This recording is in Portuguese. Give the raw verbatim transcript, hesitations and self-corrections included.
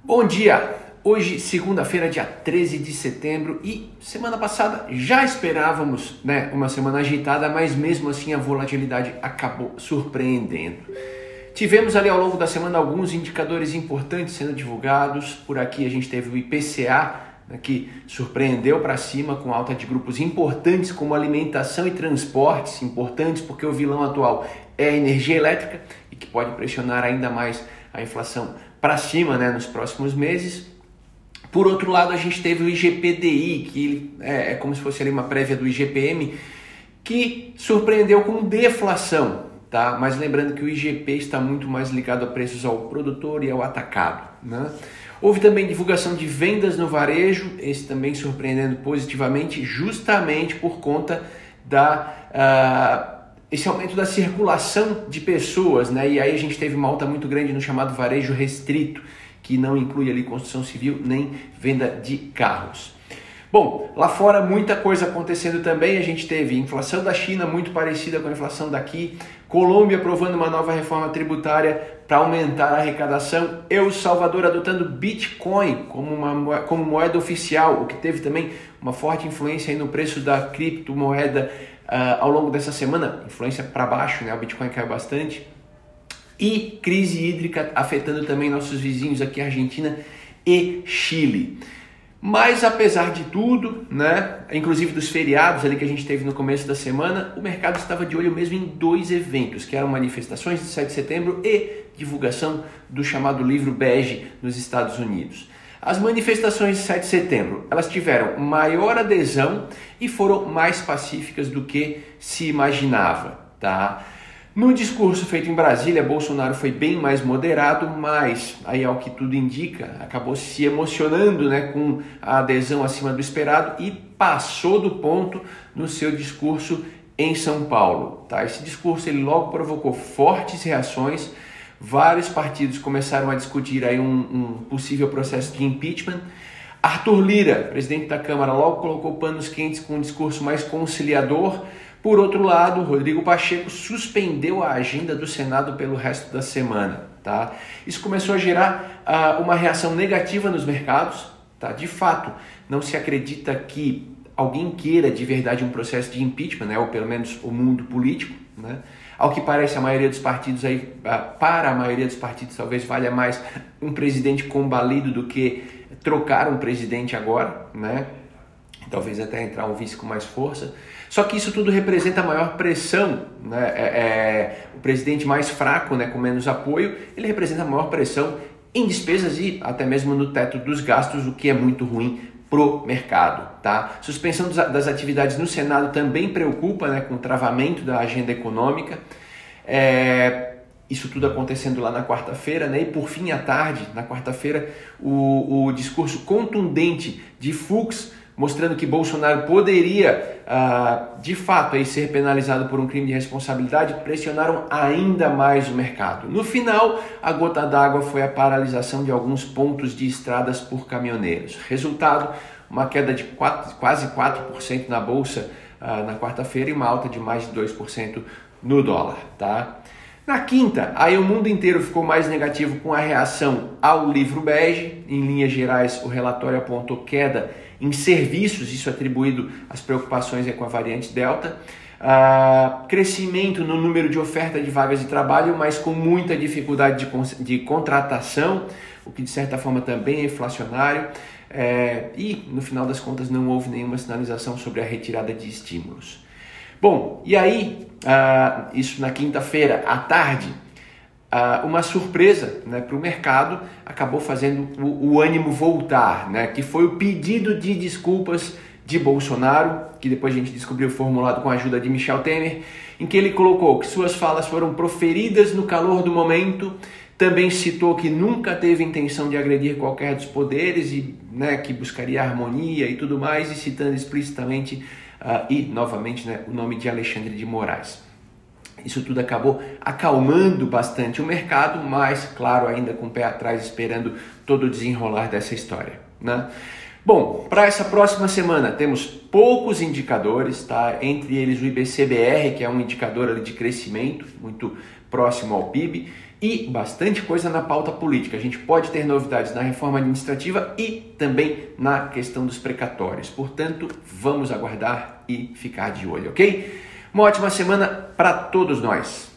Bom dia! Hoje, segunda-feira, dia treze de setembro, e semana passada já esperávamos, né, uma semana agitada, mas mesmo assim a volatilidade acabou surpreendendo. Tivemos ali ao longo da semana alguns indicadores importantes sendo divulgados. Por aqui a gente teve o I P C A, né, que surpreendeu para cima com alta de grupos importantes como alimentação e transportes, importantes porque o vilão atual é a energia elétrica e que pode pressionar ainda mais a inflação para cima, né, nos próximos meses. Por outro lado, a gente teve o I G P D I, que é, é como se fosse ali uma prévia do I G P M, que surpreendeu com deflação, tá? Mas lembrando que o I G P está muito mais ligado a preços ao produtor e ao atacado, né? Houve também divulgação de vendas no varejo, esse também surpreendendo positivamente, justamente por conta da... Uh, esse aumento da circulação de pessoas, né? E aí a gente teve uma alta muito grande no chamado varejo restrito, que não inclui ali construção civil nem venda de carros. Bom, lá fora muita coisa acontecendo também. A gente teve inflação da China muito parecida com a inflação daqui, Colômbia aprovando uma nova reforma tributária para aumentar a arrecadação, El Salvador adotando Bitcoin como, uma, como moeda oficial, o que teve também uma forte influência aí no preço da criptomoeda uh, ao longo dessa semana, influência para baixo, né? O Bitcoin caiu bastante. E crise hídrica afetando também nossos vizinhos aqui, Argentina e Chile. Mas apesar de tudo, né, inclusive dos feriados ali que a gente teve no começo da semana, o mercado estava de olho mesmo em dois eventos, que eram manifestações de sete de setembro e divulgação do chamado livro bege nos Estados Unidos. As manifestações de sete de setembro, elas tiveram maior adesão e foram mais pacíficas do que se imaginava, tá? No discurso feito em Brasília, Bolsonaro foi bem mais moderado, mas, aí ao que tudo indica, acabou se emocionando, né, com a adesão acima do esperado e passou do ponto no seu discurso em São Paulo. Tá? Esse discurso ele logo provocou fortes reações, vários partidos começaram a discutir aí um, um possível processo de impeachment. Arthur Lira, presidente da Câmara, logo colocou panos quentes com um discurso mais conciliador. Por outro lado, Rodrigo Pacheco suspendeu a agenda do Senado pelo resto da semana. Tá? Isso começou a gerar uh, uma reação negativa nos mercados. Tá? De fato, não se acredita que alguém queira de verdade um processo de impeachment, né? Ou pelo menos o mundo político. Né? Ao que parece, a maioria dos partidos, aí, uh, para a maioria dos partidos, talvez valha mais um presidente combalido do que trocar um presidente agora, né? Talvez até entrar um vice com mais força. Só que isso tudo representa maior pressão, né? É, é, o presidente mais fraco, né, com menos apoio, ele representa maior pressão em despesas e até mesmo no teto dos gastos, o que é muito ruim pro mercado. Tá? Suspensão das atividades no Senado também preocupa, né, com o travamento da agenda econômica. É, isso tudo acontecendo lá na quarta-feira, né? E por fim, à tarde, na quarta-feira, o, o discurso contundente de Fux, mostrando que Bolsonaro poderia, uh, de fato, aí, ser penalizado por um crime de responsabilidade, pressionaram ainda mais o mercado. No final, a gota d'água foi a paralisação de alguns pontos de estradas por caminhoneiros. Resultado, uma queda de quatro, quase quatro por cento na Bolsa uh, na quarta-feira e uma alta de mais de dois por cento no dólar. Tá? Na quinta, aí o mundo inteiro ficou mais negativo com a reação ao livro bege. Em linhas gerais, o relatório apontou queda em serviços, isso atribuído às preocupações com a variante Delta. Uh, crescimento no número de oferta de vagas de trabalho, mas com muita dificuldade de, de contratação, o que de certa forma também é inflacionário. É, e no final das contas não houve nenhuma sinalização sobre a retirada de estímulos. Bom, e aí, uh, isso na quinta-feira à tarde, uh, uma surpresa, né, para o mercado acabou fazendo o, o ânimo voltar, né, que foi o pedido de desculpas de Bolsonaro, que depois a gente descobriu formulado com a ajuda de Michel Temer, em que ele colocou que suas falas foram proferidas no calor do momento. Também citou que nunca teve intenção de agredir qualquer dos poderes e, né, que buscaria harmonia e tudo mais, e citando explicitamente Uh, e, novamente, né, o nome de Alexandre de Moraes. Isso tudo acabou acalmando bastante o mercado, mas, claro, ainda com o pé atrás, esperando todo o desenrolar dessa história. Né? Bom, para essa próxima semana temos poucos indicadores, tá? Entre eles o I B C B R, que é um indicador ali de crescimento, muito próximo ao P I B. e bastante coisa na pauta política. A gente pode ter novidades na reforma administrativa e também na questão dos precatórios. Portanto, vamos aguardar e ficar de olho, ok? Uma ótima semana para todos nós.